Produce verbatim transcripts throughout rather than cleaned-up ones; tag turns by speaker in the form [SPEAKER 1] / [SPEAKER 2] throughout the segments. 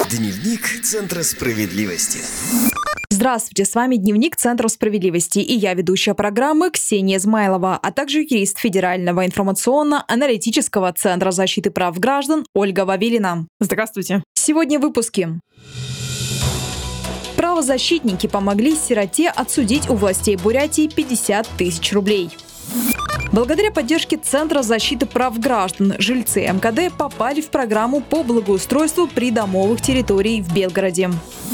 [SPEAKER 1] Дневник Центра справедливости.
[SPEAKER 2] Здравствуйте, с вами Дневник Центра справедливости и я, ведущая программы Ксения Измайлова, а также юрист Федерального информационно-аналитического центра защиты прав граждан Ольга Вавилина.
[SPEAKER 3] Здравствуйте.
[SPEAKER 2] Сегодня в выпуске. Правозащитники помогли сироте отсудить у властей Бурятии пятьдесят тысяч рублей. Благодаря поддержке Центра защиты прав граждан жильцы эм ка дэ попали в программу по благоустройству придомовых территорий в Белгороде.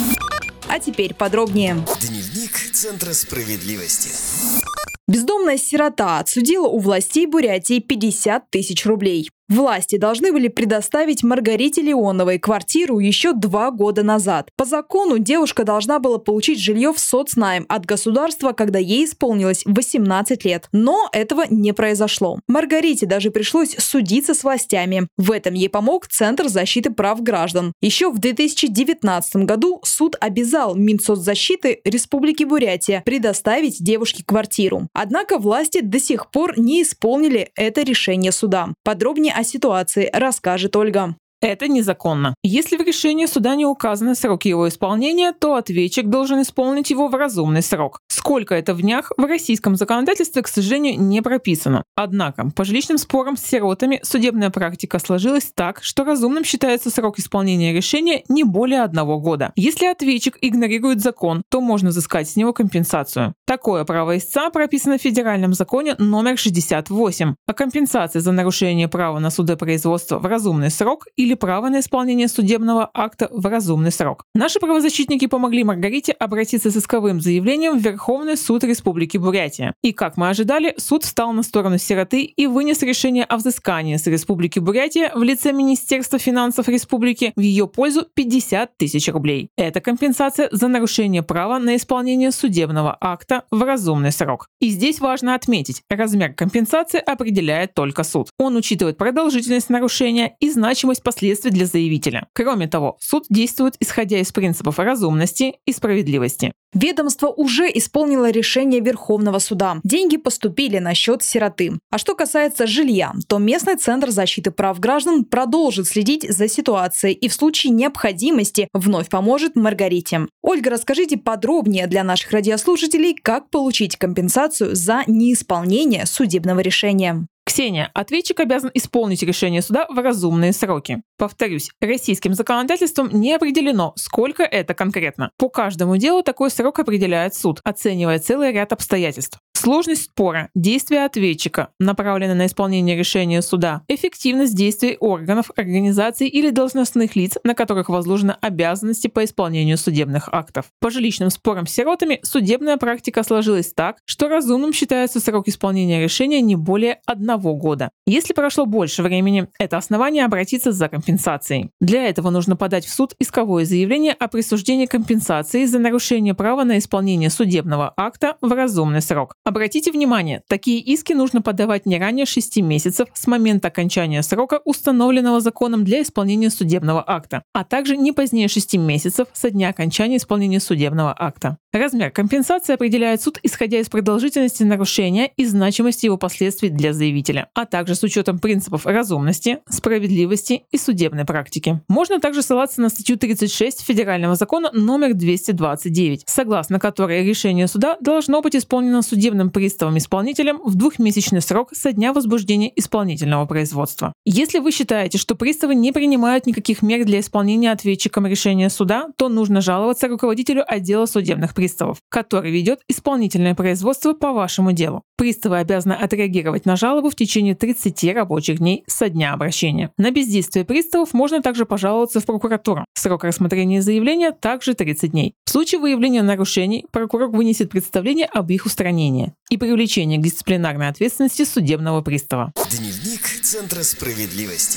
[SPEAKER 2] А теперь подробнее.
[SPEAKER 1] Дневник Центра справедливости.
[SPEAKER 2] Бездомная сирота отсудила у властей Бурятии пятьдесят тысяч рублей. Власти должны были предоставить Маргарите Леоновой квартиру еще два года назад. По закону девушка должна была получить жилье в соцнайм от государства, когда ей исполнилось восемнадцать лет. Но этого не произошло. Маргарите даже пришлось судиться с властями. В этом ей помог Центр защиты прав граждан. Еще в две тысячи девятнадцатом году суд обязал Минсоцзащиты Республики Бурятия предоставить девушке квартиру. Однако власти до сих пор не исполнили это решение суда. Подробнее о ситуации расскажет Ольга.
[SPEAKER 3] Это незаконно. Если в решении суда не указаны сроки его исполнения, то ответчик должен исполнить его в разумный срок. Сколько это в днях, в российском законодательстве, к сожалению, не прописано. Однако, по жилищным спорам с сиротами судебная практика сложилась так, что разумным считается срок исполнения решения не более одного года. Если ответчик игнорирует закон, то можно взыскать с него компенсацию. Такое право истца прописано в федеральном законе номер шестьдесят восемь о компенсации за нарушение права на судопроизводство в разумный срок или право на исполнение судебного акта в разумный срок. Наши правозащитники помогли Маргарите обратиться с исковым заявлением в Верховный суд Республики Бурятия. И, как мы ожидали, суд встал на сторону сироты и вынес решение о взыскании с Республики Бурятия в лице Министерства финансов Республики в ее пользу пятьдесят тысяч рублей. Это компенсация за нарушение права на исполнение судебного акта в разумный срок. И здесь важно отметить, размер компенсации определяет только суд. Он учитывает продолжительность нарушения и значимость последствий для заявителя. Кроме того, суд действует исходя из принципов разумности и справедливости.
[SPEAKER 2] Ведомство уже исполнило решение Верховного суда. Деньги поступили на счет сироты. А что касается жилья, то местный Центр защиты прав граждан продолжит следить за ситуацией и в случае необходимости вновь поможет Маргарите. Ольга, расскажите подробнее для наших радиослушателей, как получить компенсацию за неисполнение судебного решения.
[SPEAKER 3] Ксения, ответчик обязан исполнить решение суда в разумные сроки. Повторюсь, российским законодательством не определено, сколько это конкретно. По каждому делу такой срок определяет суд, оценивая целый ряд обстоятельств. Сложность спора, действия ответчика, направленные на исполнение решения суда, эффективность действий органов, организаций или должностных лиц, на которых возложены обязанности по исполнению судебных актов. По жилищным спорам с сиротами судебная практика сложилась так, что разумным считается срок исполнения решения не более одного года. Если прошло больше времени, это основание обратиться за компенсацией. Для этого нужно подать в суд исковое заявление о присуждении компенсации за нарушение права на исполнение судебного акта в разумный срок. Обратите внимание, такие иски нужно подавать не ранее шести месяцев с момента окончания срока, установленного законом для исполнения судебного акта, а также не позднее шести месяцев со дня окончания исполнения судебного акта. Размер компенсации определяет суд, исходя из продолжительности нарушения и значимости его последствий для заявителя, а также с учетом принципов разумности, справедливости и судебной практики. Можно также ссылаться на статью тридцать шесть Федерального закона номер двести двадцать девять, согласно которой решение суда должно быть исполнено судебным приставом-исполнителем в двухмесячный срок со дня возбуждения исполнительного производства. Если вы считаете, что приставы не принимают никаких мер для исполнения ответчиком решения суда, то нужно жаловаться руководителю отдела судебных приставов, который ведет исполнительное производство по вашему делу. Приставы обязаны отреагировать на жалобу в течение тридцати рабочих дней со дня обращения. На бездействие приставов можно также пожаловаться в прокуратуру. Срок рассмотрения заявления также тридцать дней. В случае выявления нарушений прокурор вынесет представление об их устранении и привлечение к дисциплинарной ответственности судебного пристава.
[SPEAKER 1] Дневник Центра справедливости.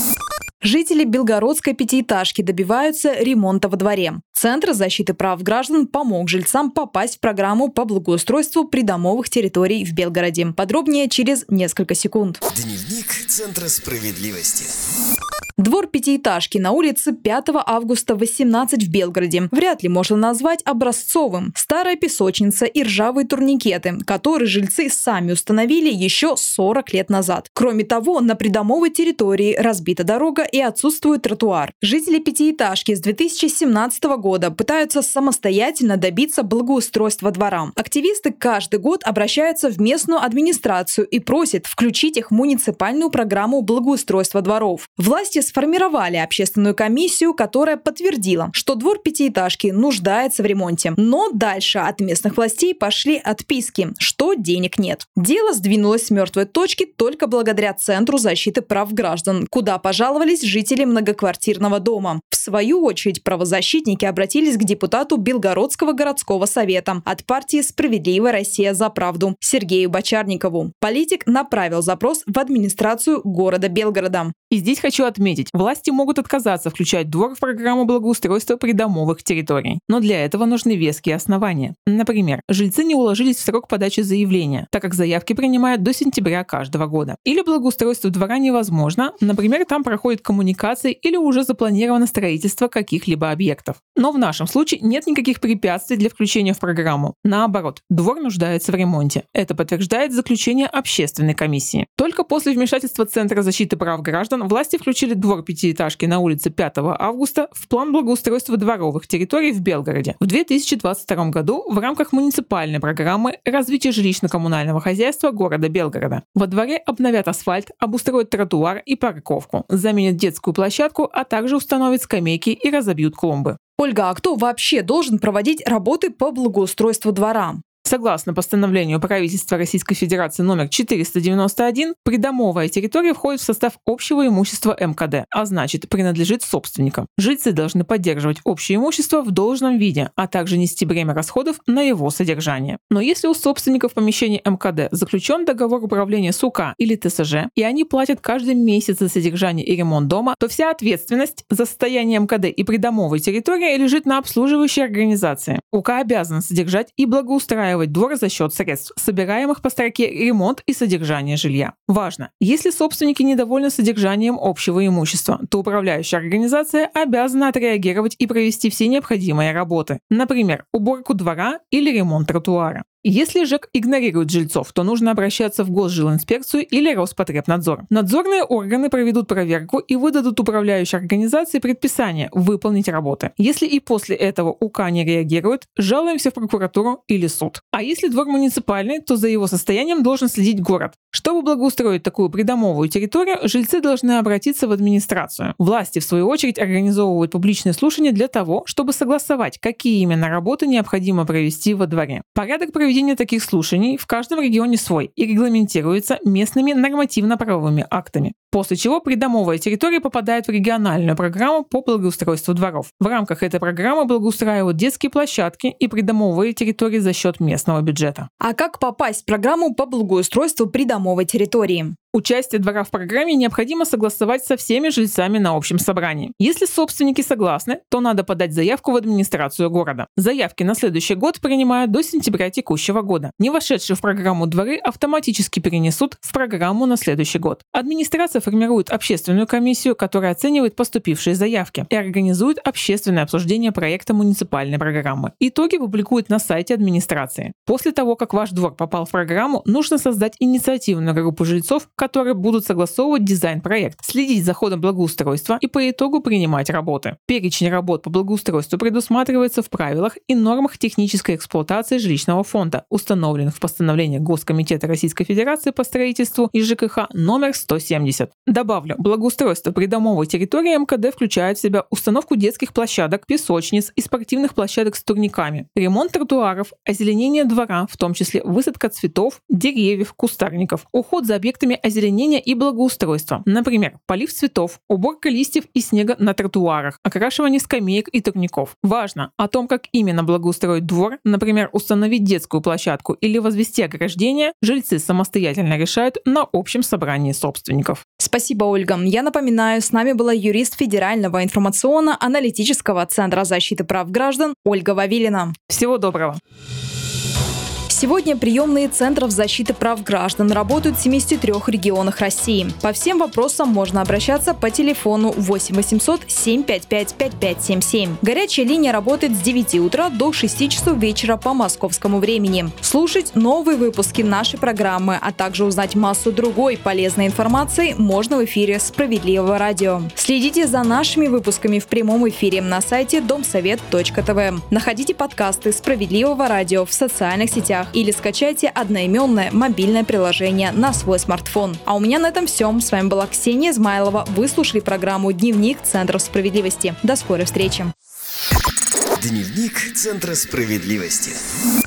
[SPEAKER 2] Жители белгородской пятиэтажки добиваются ремонта во дворе. Центр защиты прав граждан помог жильцам попасть в программу по благоустройству придомовых территорий в Белгороде. Подробнее через несколько секунд.
[SPEAKER 1] Дневник Центра справедливости.
[SPEAKER 2] Двор пятиэтажки на улице пятого августа восемнадцать в Белгороде вряд ли можно назвать образцовым. Старая песочница и ржавые турникеты, которые жильцы сами установили еще сорок лет назад. Кроме того, на придомовой территории разбита дорога и отсутствует тротуар. Жители пятиэтажки с две тысячи семнадцатого года пытаются самостоятельно добиться благоустройства двора. Активисты каждый год обращаются в местную администрацию и просят включить их в муниципальную программу благоустройства дворов. Власти сформировали общественную комиссию, которая подтвердила, что двор пятиэтажки нуждается в ремонте. Но дальше от местных властей пошли отписки, что денег нет. Дело сдвинулось с мертвой точки только благодаря Центру защиты прав граждан, куда пожаловались жители многоквартирного дома. В свою очередь правозащитники обратились к депутату Белгородского городского совета от партии «Справедливая Россия за правду» Сергею Бочарникову. Политик направил запрос в администрацию города Белгорода.
[SPEAKER 3] И здесь хочу отметить, власти могут отказаться включать двор в программу благоустройства придомовых территорий. Но для этого нужны веские основания. Например, жильцы не уложились в срок подачи заявления, так как заявки принимают до сентября каждого года. Или благоустройство двора невозможно, например, там проходят коммуникации или уже запланировано строительство каких-либо объектов. Но в нашем случае нет никаких препятствий для включения в программу. Наоборот, двор нуждается в ремонте. Это подтверждает заключение общественной комиссии. Только после вмешательства Центра защиты прав граждан власти включили двор пятиэтажки на улице пятого августа в план благоустройства дворовых территорий в Белгороде. В две тысячи двадцать втором году в рамках муниципальной программы развития жилищно-коммунального хозяйства города Белгорода. Во дворе обновят асфальт, обустроят тротуар и парковку, заменят детскую площадку, а также установят скамейки и разобьют клумбы.
[SPEAKER 2] Ольга, а кто вообще должен проводить работы по благоустройству двора?
[SPEAKER 3] Согласно постановлению правительства Российской Федерации номер четыреста девяносто один, придомовая территория входит в состав общего имущества эм ка дэ, а значит, принадлежит собственникам. Жильцы должны поддерживать общее имущество в должном виде, а также нести бремя расходов на его содержание. Но если у собственников помещений эм ка дэ заключен договор управления с у ка или тэ эс жэ, и они платят каждый месяц за содержание и ремонт дома, то вся ответственность за состояние эм ка дэ и придомовой территории лежит на обслуживающей организации. у ка обязан содержать и благоустраивать двор за счет средств, собираемых по строке ремонт и содержание жилья. Важно! Если собственники недовольны содержанием общего имущества, то управляющая организация обязана отреагировать и провести все необходимые работы, например, уборку двора или ремонт тротуара. Если ЖЭК игнорирует жильцов, то нужно обращаться в Госжилинспекцию или Роспотребнадзор. Надзорные органы проведут проверку и выдадут управляющей организации предписание выполнить работы. Если и после этого у ка не реагирует, жалуемся в прокуратуру или суд. А если двор муниципальный, то за его состоянием должен следить город. Чтобы благоустроить такую придомовую территорию, жильцы должны обратиться в администрацию. Власти, в свою очередь, организовывают публичные слушания для того, чтобы согласовать, какие именно работы необходимо провести во дворе. Порядок проведения таких слушаний в каждом регионе свой и регламентируется местными нормативно-правовыми актами. После чего придомовая территория попадает в региональную программу по благоустройству дворов. В рамках этой программы благоустраивают детские площадки и придомовые территории за счет местного бюджета.
[SPEAKER 2] А как попасть в программу по благоустройству придомовой территории?
[SPEAKER 3] Участие двора в программе необходимо согласовать со всеми жильцами на общем собрании. Если собственники согласны, то надо подать заявку в администрацию города. Заявки на следующий год принимают до сентября текущего года. Не вошедшие в программу дворы автоматически перенесут в программу на следующий год. Администрация формирует общественную комиссию, которая оценивает поступившие заявки и организует общественное обсуждение проекта муниципальной программы. Итоги публикуют на сайте администрации. После того, как ваш двор попал в программу, нужно создать инициативную группу жильцов, которые будут согласовывать дизайн-проект, следить за ходом благоустройства и по итогу принимать работы. Перечень работ по благоустройству предусматривается в правилах и нормах технической эксплуатации жилищного фонда, установленных в постановлении Госкомитета Российской Федерации по строительству и жэ ка ха номер сто семьдесят. Добавлю, благоустройство придомовой территории эм ка дэ включает в себя установку детских площадок, песочниц и спортивных площадок с турниками, ремонт тротуаров, озеленение двора, в том числе высадка цветов, деревьев, кустарников, уход за объектами озеленения озеленения и благоустройства. Например, полив цветов, уборка листьев и снега на тротуарах, окрашивание скамеек и турников. Важно! О том, как именно благоустроить двор, например, установить детскую площадку или возвести ограждение, жильцы самостоятельно решают на общем собрании собственников.
[SPEAKER 2] Спасибо, Ольга. Я напоминаю, с нами была юрист Федерального информационно-аналитического центра защиты прав граждан Ольга Вавилина.
[SPEAKER 3] Всего доброго!
[SPEAKER 2] Сегодня приемные центров защиты прав граждан работают в семидесяти трёх регионах России. По всем вопросам можно обращаться по телефону восемь восемьсот семь пять пять пять пять семь семь. Горячая линия работает с девяти утра до шести часов вечера по московскому времени. Слушать новые выпуски нашей программы, а также узнать массу другой полезной информации можно в эфире «Справедливого радио». Следите за нашими выпусками в прямом эфире на сайте домсовет точка тв. Находите подкасты «Справедливого радио» в социальных сетях или скачайте одноименное мобильное приложение на свой смартфон. А у меня на этом все. С вами была Ксения Измайлова. Вы слушали программу «Дневник Центра справедливости». До скорой встречи.
[SPEAKER 1] Дневник Центра справедливости.